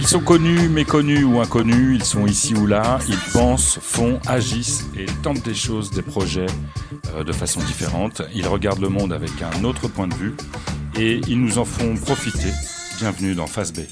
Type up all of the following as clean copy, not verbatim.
Ils sont connus, méconnus ou inconnus, ils sont ici ou là, ils pensent, font, agissent et tentent des choses, des projets de façon différente. Ils regardent le monde avec un autre point de vue et ils nous en font profiter. Bienvenue dans Face B.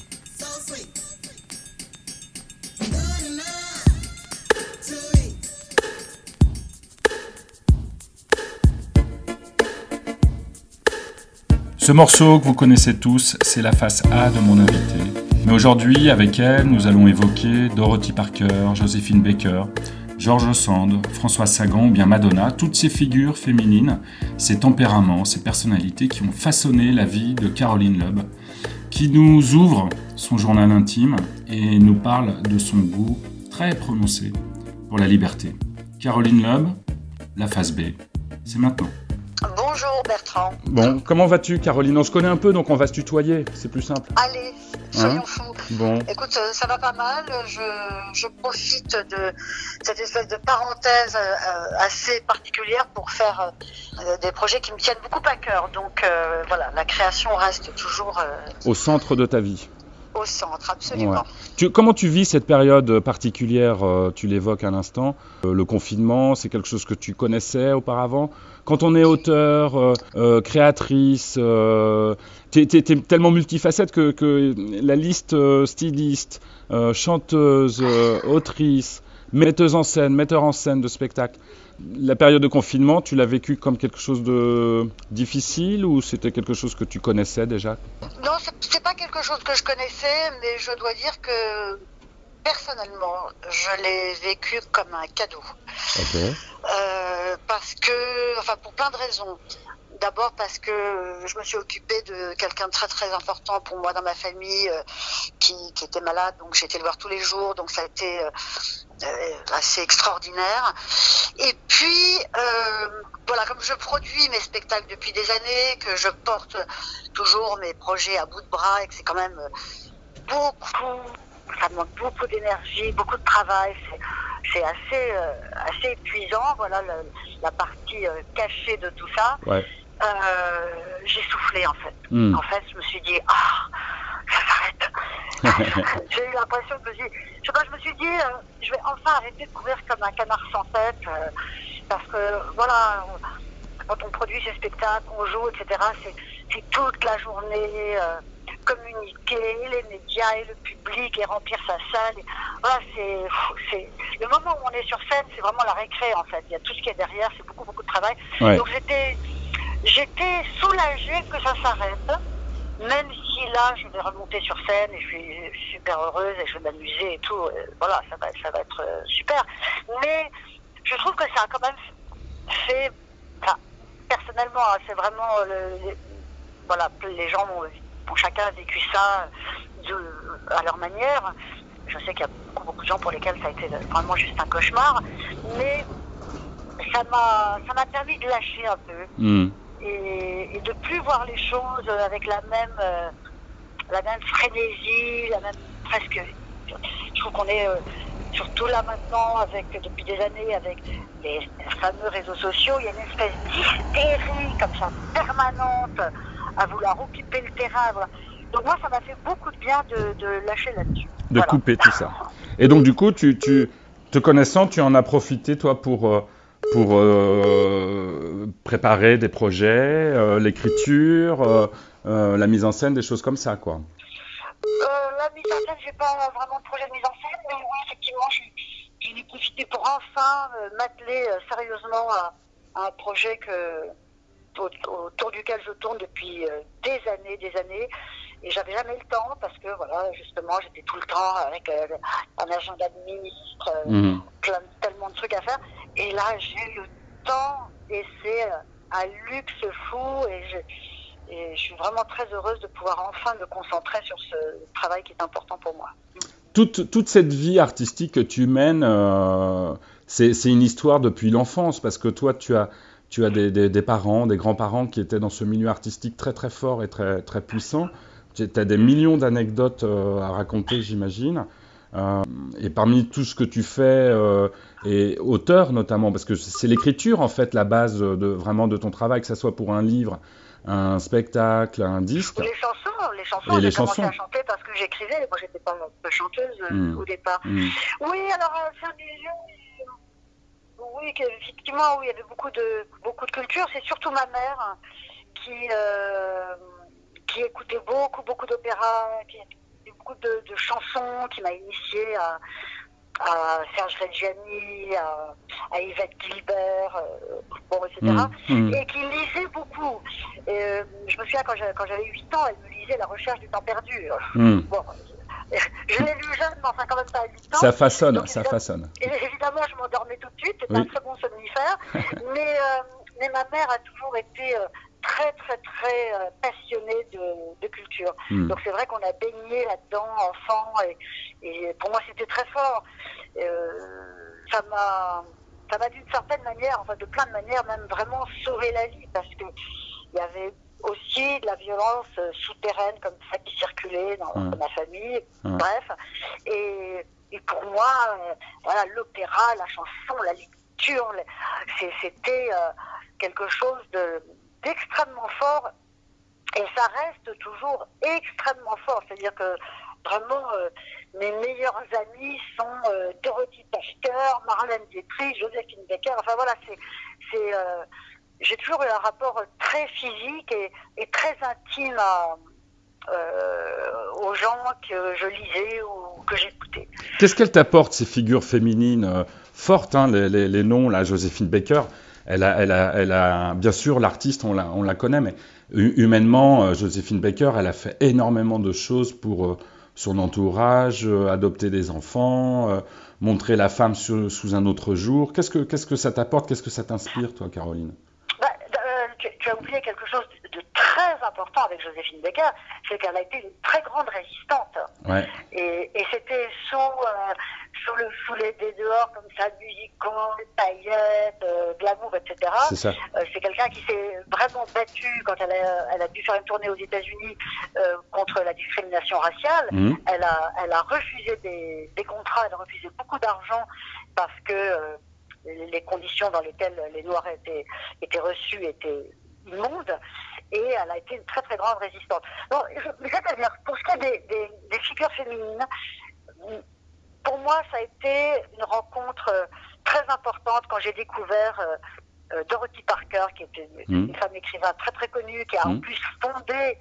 Ce morceau que vous connaissez tous, c'est la face A de mon invité. Mais aujourd'hui, avec elle, nous allons évoquer Dorothy Parker, Joséphine Baker, George Sand, Françoise Sagan ou bien Madonna, toutes ces figures féminines, ces tempéraments, ces personnalités qui ont façonné la vie de Caroline Loeb, qui nous ouvre son journal intime et nous parle de son goût très prononcé pour la liberté. Caroline Loeb, la face B, c'est maintenant. Bonjour Bertrand. Bon, comment vas-tu Caroline? On se connaît un peu donc on va se tutoyer, c'est plus simple. Allez, soyons fous. Bon. Écoute, ça va pas mal, je profite de cette espèce de parenthèse assez particulière pour faire des projets qui me tiennent beaucoup à cœur. Donc voilà, la création reste toujours au centre de ta vie. Au centre, absolument. Ouais. Comment tu vis cette période particulière? Tu l'évoques à l'instant. Le confinement, c'est quelque chose que tu connaissais auparavant. Quand on est auteur, créatrice, t'es tellement multifacette que la liste styliste, chanteuse, autrice, metteur en scène de spectacle. La période de confinement, tu l'as vécu comme quelque chose de difficile ou c'était quelque chose que tu connaissais déjà? Non, c'est pas quelque chose que je connaissais, mais je dois dire que personnellement, je l'ai vécu comme un cadeau. Okay. Parce que, enfin, pour plein de raisons. D'abord parce que je me suis occupée de quelqu'un de très très important pour moi dans ma famille qui était malade, donc j'ai été le voir tous les jours, donc ça a été assez extraordinaire. Et puis voilà, comme je produis mes spectacles depuis des années, que je porte toujours mes projets à bout de bras et que c'est quand même ça demande beaucoup d'énergie, beaucoup de travail, c'est assez épuisant, voilà la partie cachée de tout ça. Ouais. J'ai soufflé en fait. En fait, je me suis dit ça s'arrête. J'ai eu l'impression que je me suis dit je vais enfin arrêter de courir comme un canard sans tête parce que voilà, quand on produit ces spectacles, on joue, etc. C'est toute la journée communiquer, les médias et le public et remplir sa salle. Voilà, c'est le moment où on est sur scène, c'est vraiment la récré en fait. Il y a tout ce qui est derrière, c'est beaucoup de travail. Ouais. Donc j'étais soulagée que ça s'arrête, même si là je vais remonter sur scène et je suis super heureuse et je vais m'amuser et tout. Voilà, ça va être super. Mais je trouve que ça a quand même fait, enfin, personnellement, c'est vraiment voilà, les gens ont chacun vécu ça à leur manière. Je sais qu'il y a beaucoup de gens pour lesquels ça a été vraiment juste un cauchemar, mais ça m'a permis de lâcher un peu et de plus voir les choses avec la même frénésie, la même presque. Je trouve qu'on est surtout là maintenant depuis des années avec les fameux réseaux sociaux, il y a une espèce d'hystérie comme ça permanente à vouloir occuper le terrain. Voilà. Donc moi, ça m'a fait beaucoup de bien de lâcher là-dessus. De couper tout ça. Et donc du coup, tu te connaissant, tu en as profité toi pour préparer des projets, l'écriture, la mise en scène, des choses comme ça, quoi. La mise en scène, j'ai pas vraiment de projet de mise en scène, mais oui, effectivement, j'en ai profité pour enfin m'atteler sérieusement à un projet autour duquel je tourne depuis des années, et j'avais jamais le temps parce que voilà, justement, j'étais tout le temps avec un agenda de ministre, tellement de trucs à faire, et là j'ai eu le temps et c'est un luxe fou et je suis vraiment très heureuse de pouvoir enfin me concentrer sur ce travail qui est important pour moi. Toute cette vie artistique que tu mènes, c'est une histoire depuis l'enfance parce que toi tu as des parents, des grands-parents qui étaient dans ce milieu artistique très très fort et très, très puissant. Tu as des millions d'anecdotes à raconter, j'imagine. Et parmi tout ce que tu fais, et auteur notamment, parce que c'est l'écriture en fait la base vraiment de ton travail, que ce soit pour un livre, un spectacle, un disque. Les chansons, les chansons, j'ai commencé à chanter parce que j'écrivais. Moi, j'étais pas chanteuse au départ. Oui, alors Saint-Dizier, oui, effectivement, oui, il y avait beaucoup de culture. C'est surtout ma mère qui écoutait beaucoup d'opéra, qui écoutait beaucoup de chansons, qui m'a initiée à Serge Reggiani, à Yvette Gilbert, etc. Et qui lisait beaucoup. Et, je me souviens, quand j'avais 8 ans, elle me lisait La Recherche du temps perdu. Bon, je l'ai lu jeune, mais enfin quand même pas à 8 ans. Ça façonne, donc, ça façonne. Évidemment, je m'endormais tout de suite, c'était un très bon somnifère. mais ma mère a toujours été très passionnée de culture. Donc c'est vrai qu'on a baigné là-dedans, enfant, et pour moi c'était très fort. Ça m'a d'une certaine manière, enfin de plein de manières, même vraiment sauvé la vie, parce que il y avait aussi de la violence souterraine comme ça qui circulait dans ma famille, bref. Et pour moi, voilà, l'opéra, la chanson, la lecture, c'était quelque chose d'extrêmement fort, et ça reste toujours extrêmement fort. C'est-à-dire que vraiment, mes meilleurs amis sont Dorothy Parker, Marlène Dietrich, Joséphine Baker. Enfin voilà, j'ai toujours eu un rapport très physique et très intime aux gens que je lisais ou que j'écoutais. Qu'est-ce qu'elle t'apporte, ces figures féminines fortes, hein, les noms, là, Joséphine Baker? Elle a bien sûr, l'artiste, on la connaît, mais humainement, Joséphine Baker, elle a fait énormément de choses pour son entourage, adopter des enfants, montrer la femme sous un autre jour. Qu'est-ce que ça t'apporte? Qu'est-ce que ça t'inspire, toi, Caroline? Tu as oublié quelque chose de très important avec Joséphine Baker, c'est qu'elle a été une très grande résistante. Ouais. Et c'était sous les dehors comme ça, musicaux, paillettes, glamour, etc. C'est ça. C'est quelqu'un qui s'est vraiment battu quand elle a dû faire une tournée aux États-Unis contre la discrimination raciale. Elle a refusé des contrats, elle a refusé beaucoup d'argent parce que les conditions dans lesquelles les Noirs étaient reçus étaient immondes, et elle a été une très très grande résistante. Donc, c'est-à-dire, pour ce qui est des figures féminines, pour moi ça a été une rencontre très importante quand j'ai découvert Dorothy Parker, qui était une femme écrivain très très connue, qui a en plus fondé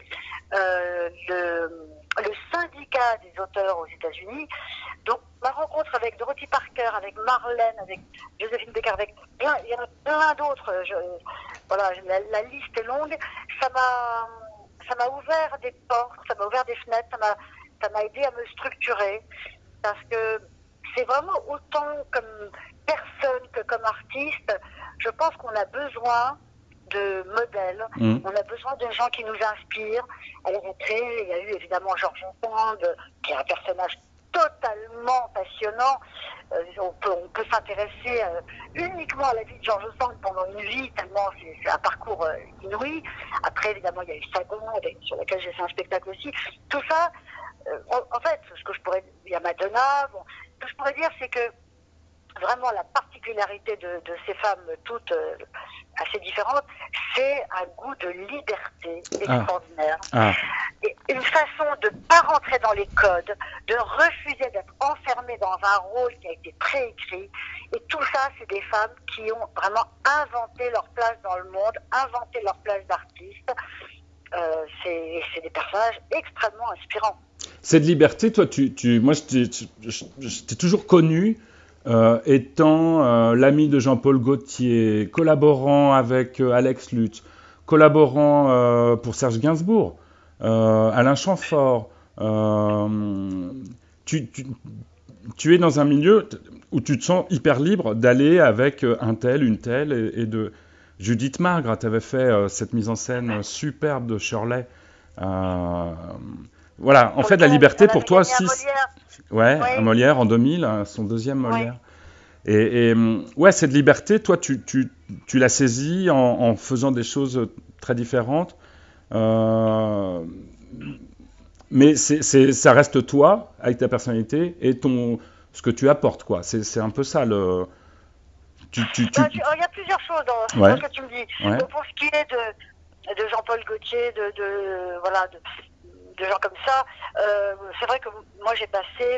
le syndicat des auteurs aux États-Unis. Donc ma rencontre avec Dorothy Parker, avec Marlène, avec Joséphine Baker, avec il y en a plein d'autres. Voilà, la liste est longue. Ça m'a ouvert des portes, ça m'a ouvert des fenêtres, ça m'a aidé à me structurer, parce que c'est vraiment autant comme personne que comme artiste. Je pense qu'on a besoin de modèles, on a besoin de gens qui nous inspirent. Alors après, il y a eu évidemment George Sand, qui est un personnage totalement passionnant. On peut s'intéresser uniquement à la vie de George Sand pendant une vie, tellement c'est un parcours inouï. Après, évidemment, il y a eu Sagan, sur laquelle j'ai fait un spectacle aussi. Tout ça, en fait, il y a Madonna. Bon, ce que je pourrais dire, c'est que vraiment la particularité de ces femmes toutes assez différentes, c'est un goût de liberté extraordinaire. Et une façon de ne pas rentrer dans les codes, de refuser d'être enfermée dans un rôle qui a été préécrit. Et tout ça, c'est des femmes qui ont vraiment inventé leur place dans le monde, inventé leur place d'artiste. C'est des personnages extrêmement inspirants. Cette liberté, toi, moi, je t'ai toujours connu étant l'ami de Jean-Paul Gaultier, collaborant avec Alex Lutz, collaborant pour Serge Gainsbourg, Alain Chamfort. Tu es dans un milieu où tu te sens hyper libre d'aller avec un tel, une telle, et de... Judith Margre, tu avais fait cette mise en scène superbe de Shirley. Voilà, en fait, la liberté pour toi aussi. Ouais, un Molière en 2000, son deuxième Molière. Et ouais, cette liberté, toi, tu l'as saisie en faisant des choses très différentes. Mais ça reste toi, avec ta personnalité et ce que tu apportes, quoi. C'est un peu ça le. Il y a plusieurs choses dans ce que tu me dis. Ouais. Donc, pour ce qui est de Jean-Paul Gaultier, gens comme ça. C'est vrai que moi j'ai passé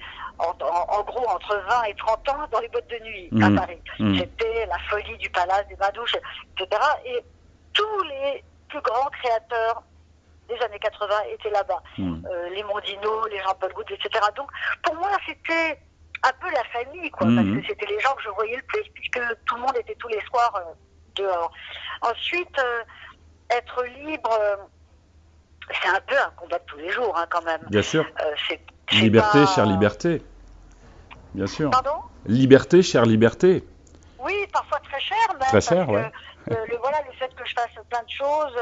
en gros entre 20 et 30 ans dans les boîtes de nuit à Paris. C'était la folie du Palace, des Bains-Douches, etc. Et tous les plus grands créateurs des années 80 étaient là-bas. Les Mondino, les Jean-Paul Goude, etc. Donc pour moi c'était un peu la famille, quoi, parce que c'était les gens que je voyais le plus, puisque tout le monde était tous les soirs dehors. Ensuite, être libre, c'est un peu un combat de tous les jours, hein, quand même. Bien sûr. Liberté, pas... chère liberté. Bien sûr. Pardon ? Liberté, chère liberté. Oui, parfois très cher, même. Très cher, ouais. Le fait que je fasse plein de choses,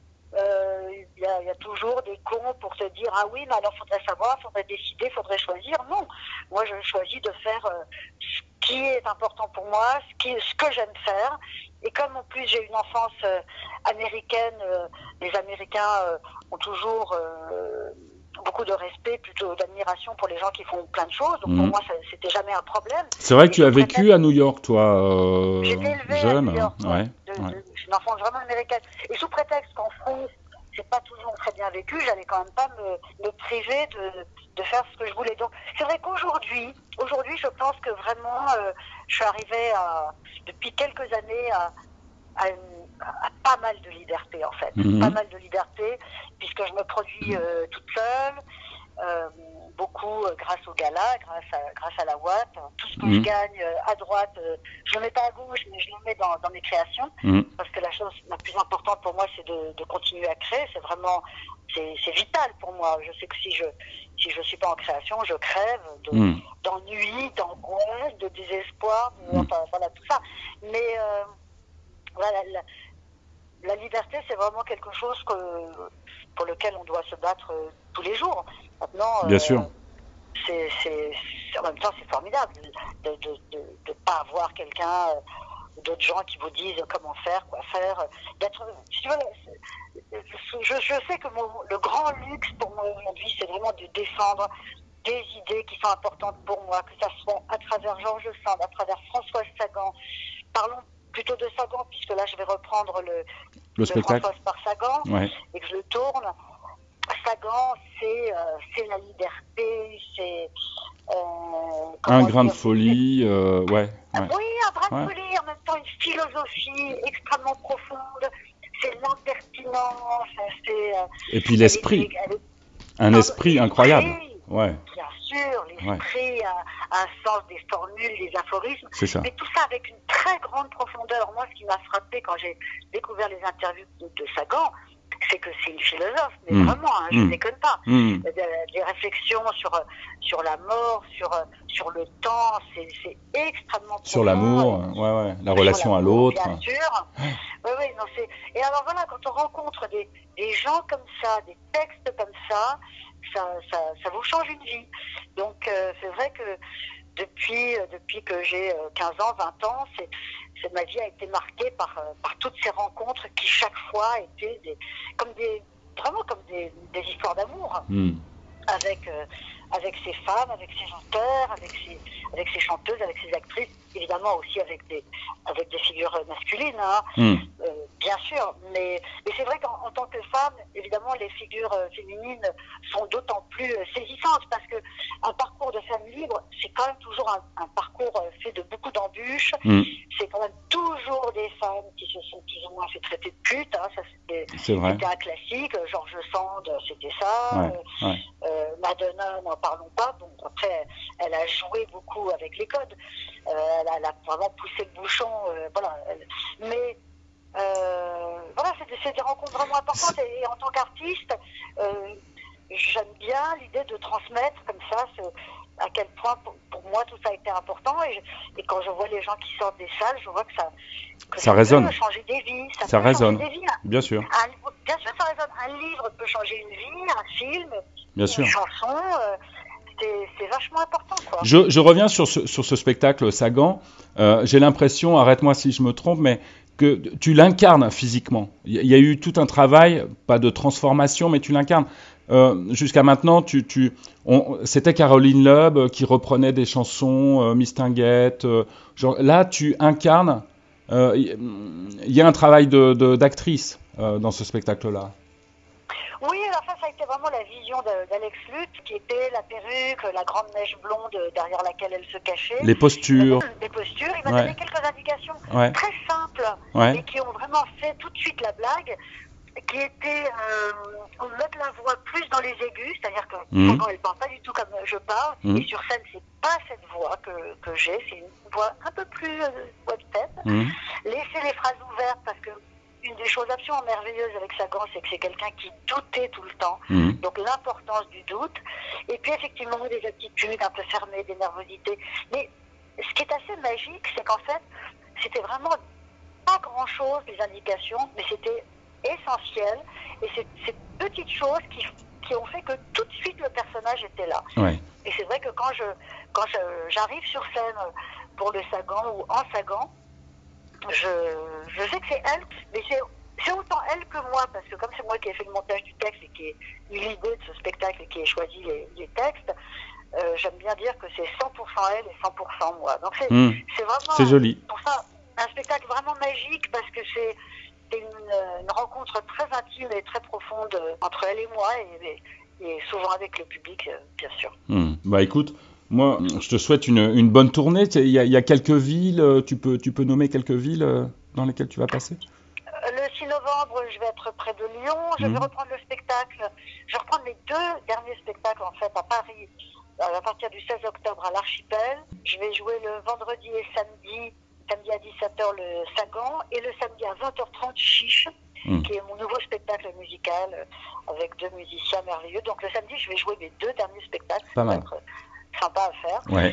il y a toujours des cons pour te dire ah oui, mais alors faudrait savoir, faudrait décider, faudrait choisir. Non, moi je choisis de faire ce qui est important pour moi, ce que j'aime faire. Et comme en plus j'ai une enfance américaine, les Américains ont toujours beaucoup de respect, plutôt d'admiration pour les gens qui font plein de choses. Donc pour moi, c'était jamais un problème. C'est vrai que tu as vécu à New York, toi, j'étais élevée jeune. À New York, ouais. J'ai une enfance vraiment américaine. Et sous prétexte qu'en France, c'est pas toujours très bien vécu, j'allais quand même pas me priver de faire ce que je voulais. Donc c'est vrai qu'aujourd'hui, je pense que vraiment, je suis arrivée depuis quelques années à pas mal de liberté en fait, pas mal de liberté, puisque je me produis toute seule, beaucoup grâce au gala, grâce à la Watt. Tout ce que je gagne à droite, je le mets pas à gauche, mais je le mets dans mes créations, parce que la chose la plus importante pour moi, c'est de continuer à créer. C'est vraiment, c'est vital pour moi. Je sais que si je suis pas en création, je crève d'ennui, d'angoisse, de désespoir, enfin voilà tout ça. Mais voilà, la liberté, c'est vraiment quelque chose pour lequel on doit se battre tous les jours. Maintenant, bien sûr. En même temps, c'est formidable de pas avoir quelqu'un, d'autres gens qui vous disent comment faire, quoi faire. Je sais que le grand luxe pour moi aujourd'hui, c'est vraiment de défendre des idées qui sont importantes pour moi, que ça soit à travers Georges Sand, à travers Françoise Sagan. Parlons plutôt de Sagan, puisque là je vais reprendre le spectacle Françoise par Sagan, et que je le tourne. Sagan, c'est la liberté, c'est un grain de folie, ouais. Oui, un grain de folie, en même temps une philosophie extrêmement profonde, c'est l'impertinence, et puis l'esprit, un esprit incroyable. Ouais. Bien sûr, l'esprit a un sens des formules, des aphorismes, mais tout ça avec une très grande profondeur. Moi, ce qui m'a frappé quand j'ai découvert les interviews de Sagan, c'est que c'est une philosophe, mais vraiment, je ne déconne pas. Des réflexions sur la mort, sur le temps, c'est extrêmement profond. Sur l'amour, la relation à l'autre. Bien sûr. Non, et alors voilà, quand on rencontre des gens comme ça, des textes comme ça vous change une vie. Donc c'est vrai que depuis que j'ai 15 ans, 20 ans, ma vie a été marquée par toutes ces rencontres qui chaque fois étaient vraiment comme des histoires d'amour avec ces femmes, avec ces auteurs, avec ces chanteuses, avec ces actrices, évidemment aussi avec des figures masculines, bien sûr, mais c'est vrai qu'en tant que femme, évidemment, les figures féminines sont d'autant plus saisissantes, parce que un parcours de femme libre, c'est quand même toujours un parcours fait de beaucoup d'embûches, c'est quand même toujours des femmes qui se sont plus ou moins fait traiter de putes, ça c'était un classique, Georges Sand, c'était ça, Madonna, n'en parlons pas. Bon, après, elle a joué beaucoup avec les codes. Elle a vraiment poussé le bouchon. Mais voilà, c'est des rencontres vraiment importantes. Et en tant qu'artiste, j'aime bien l'idée de transmettre comme ça à quel point pour moi tout ça a été important. Et quand je vois les gens qui sortent des salles, je vois que ça résonne. Peut changer des vies. Ça résonne. Bien sûr. Bien sûr, ça résonne. Un livre peut changer une vie, un film, bien sûr. Une chanson. C'est vachement important, quoi. Je reviens sur ce spectacle Sagan. J'ai l'impression, arrête-moi si je me trompe, mais que tu l'incarnes physiquement. Il y a eu tout un travail, pas de transformation, mais tu l'incarnes. Jusqu'à maintenant, c'était Caroline Loeb qui reprenait des chansons, Mistinguett. Là, tu incarnes. Il y a un travail d'actrice dans ce spectacle-là. Oui, la face a été vraiment la vision d'Alex Lutz, qui était la perruque, la grande mèche blonde derrière laquelle elle se cachait. Les postures. Il m'a donné quelques indications très simples, et qui ont vraiment fait tout de suite la blague, qui était mettre la voix plus dans les aigus, c'est-à-dire que Sagan, elle parle pas du tout comme je parle, et sur scène, c'est pas cette voix que j'ai, c'est une voix un peu plus voix de tête. Laisser les phrases ouvertes, parce que une des choses absolument merveilleuses avec Sagan, c'est que c'est quelqu'un qui doutait tout le temps. Donc l'importance du doute. Et puis effectivement, des attitudes un peu fermées, des nervosités. Mais ce qui est assez magique, c'est qu'en fait, c'était vraiment pas grand-chose, les indications, mais c'était essentiel. Et c'est ces petites choses qui ont fait que tout de suite le personnage était là. Ouais. Et c'est vrai que quand j'arrive sur scène pour le Sagan ou en Sagan, je sais que c'est elle, mais c'est autant elle que moi, parce que comme c'est moi qui ai fait le montage du texte et qui ai eu l'idée de ce spectacle et qui ai choisi les textes, j'aime bien dire que c'est 100% elle et 100% moi. Donc c'est vraiment, c'est joli. Pour ça, un spectacle vraiment magique, parce que c'est une rencontre très intime et très profonde entre elle et moi, et souvent avec le public, bien sûr. Bah écoute, moi, je te souhaite une bonne tournée. Il y a quelques villes, tu peux nommer quelques villes dans lesquelles tu vas passer ? Le 6 novembre, je vais être près de Lyon. Je vais reprendre le spectacle. Je vais reprendre mes 2 derniers spectacles, en fait, à Paris, à partir du 16 octobre à l'Archipel. Je vais jouer le vendredi et samedi à 17h le Sagan, et le samedi à 20h30 Chiche, qui est mon nouveau spectacle musical avec 2 musiciens merveilleux. Donc le samedi, je vais jouer mes 2 derniers spectacles. Pas mal. Sympa à faire. Ouais.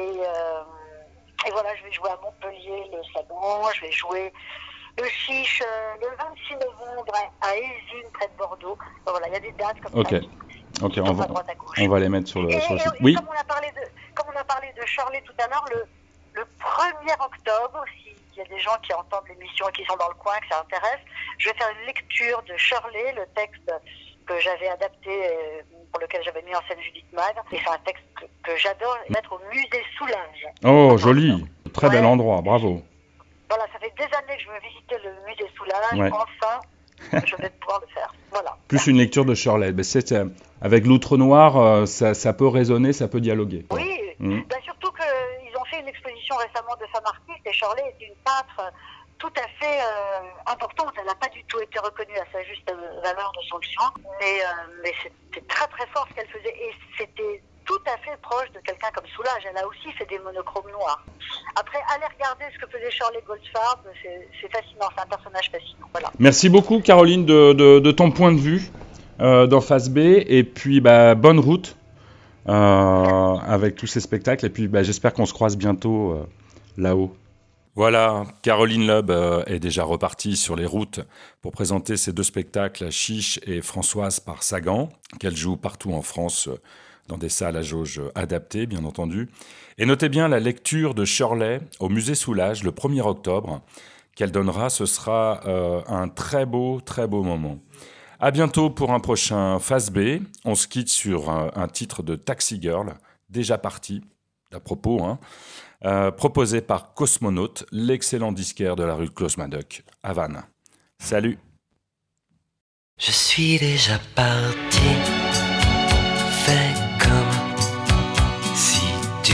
Et voilà, je vais jouer à Montpellier le Sagan, je vais jouer le Chiche le 26 novembre à Ézine, près de Bordeaux. Donc voilà, il y a des dates comme ça. Ok, on va les mettre sur le site. Oui. Comme on a parlé de Shirley tout à l'heure, le 1er octobre, s'il y a des gens qui entendent l'émission et qui sont dans le coin, que ça intéresse, je vais faire une lecture de Shirley, le texte que j'avais adapté, pour lequel j'avais mis en scène Judith Magre. Et c'est un texte que j'adore mettre au musée Soulage. Oh, joli. Très bel endroit, bravo. Voilà, ça fait des années que je veux visiter le musée Soulage. Enfin, je vais pouvoir le faire. Voilà. Plus une lecture de Shirley. Avec l'Outre Noir, ça peut résonner, ça peut dialoguer. Oui, surtout qu'ils ont fait une exposition récemment de femmes artistes, et Shirley est une peintre tout à fait importante. Elle n'a pas du tout été reconnue à sa juste valeur de son genre, mais c'était très très fort ce qu'elle faisait, et c'était tout à fait proche de quelqu'un comme Soulage. Elle a aussi fait des monochromes noirs. Après, allez regarder ce que faisait Shirley Goldfarb, c'est fascinant, c'est un personnage fascinant. Voilà. Merci beaucoup Caroline de ton point de vue dans Face B, et puis bonne route avec tous ces spectacles, et puis j'espère qu'on se croise bientôt là-haut. Voilà, Caroline Loeb est déjà repartie sur les routes pour présenter ses 2 spectacles, Chiche et Françoise par Sagan, qu'elle joue partout en France, dans des salles à jauge adaptées, bien entendu. Et notez bien la lecture de Shirley au musée Soulage le 1er octobre qu'elle donnera. Ce sera un très beau moment. À bientôt pour un prochain Face B. On se quitte sur un titre de Taxi Girl, déjà parti, à propos, proposé par Cosmonaute, l'excellent disquaire de la rue Klaus Madoc, à Vannes. Salut. Je suis déjà parti, fais comme si tu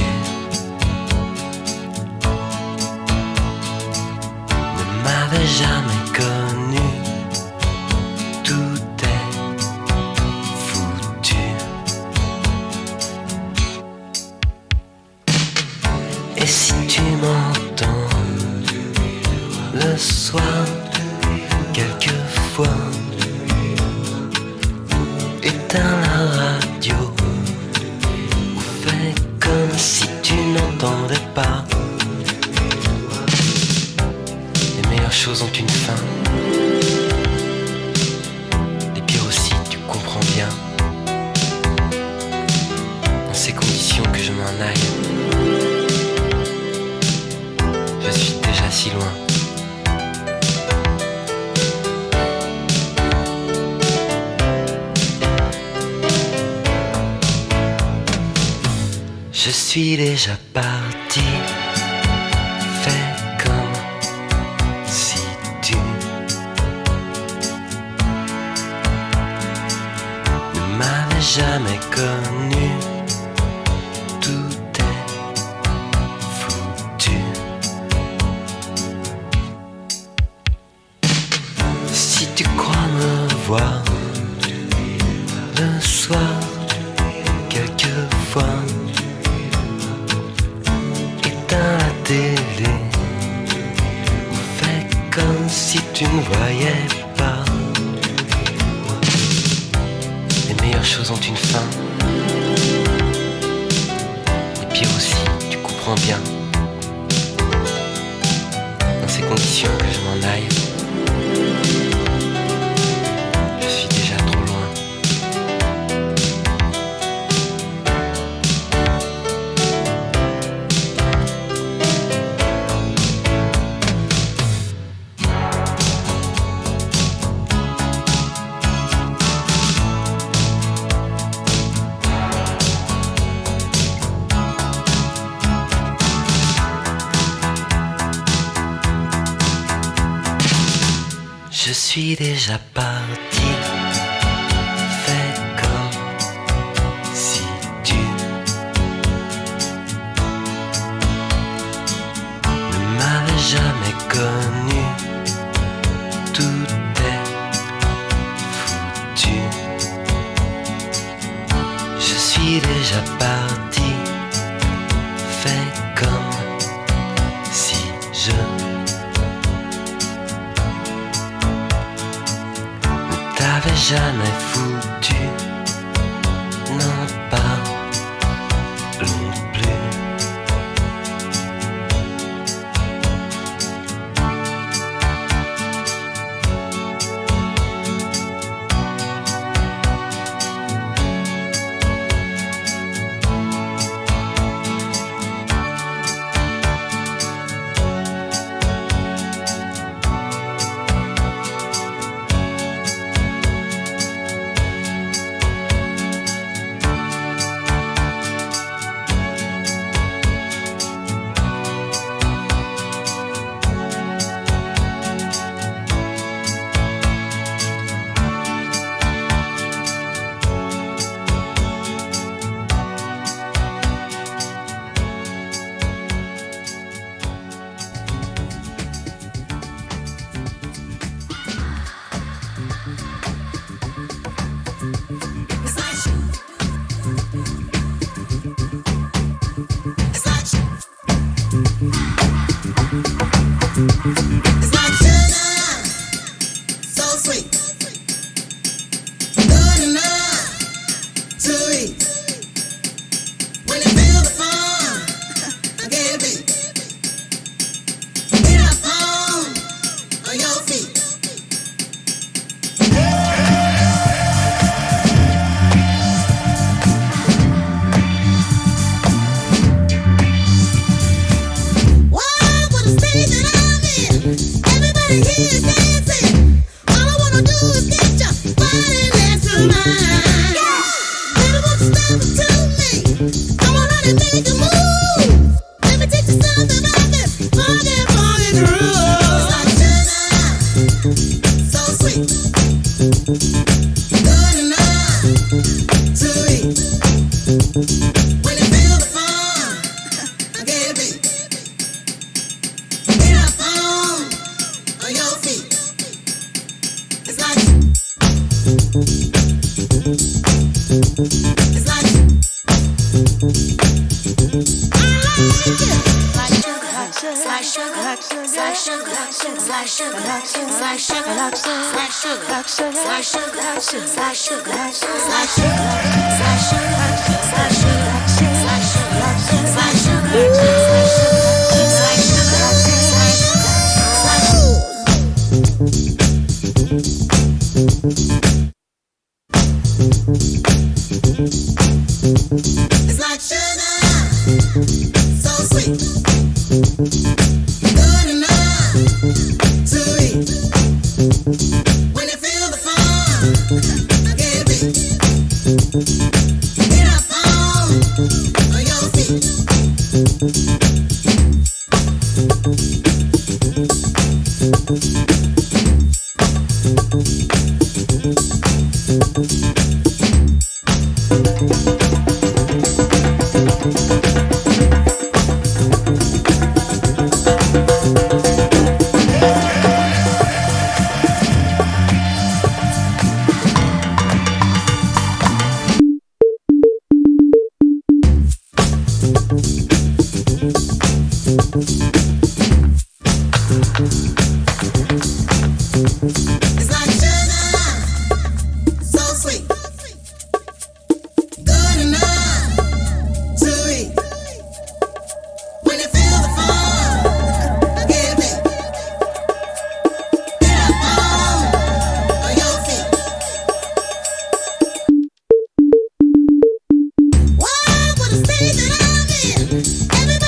ne m'avais jamais connu. Tout est foutu. Et si tu m'entends le soir, quelquefois, éteins la radio ou fais comme si tu n'entendais pas. Les meilleures choses ont une fin, les pires aussi, tu comprends bien. Dans ces conditions que je m'en aille, je suis déjà si loin. Je suis déjà parti, fais comme si tu jamais connu. Tout est foutu. Si tu crois me voir le soir, quelquefois, éteins la télé, fais comme si tu ne voyais pas. Les meilleures choses ont une fin. Et pire aussi, tu comprends bien. Dans ces conditions que je m'en aille. Je suis déjà trop loin. Je suis déjà parti. Fais comme si tu ne m'avais jamais connu. Tout est foutu. Je suis déjà parti. Fais comme si je t'avais jamais foutu, non pas non plus.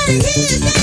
gotta get it.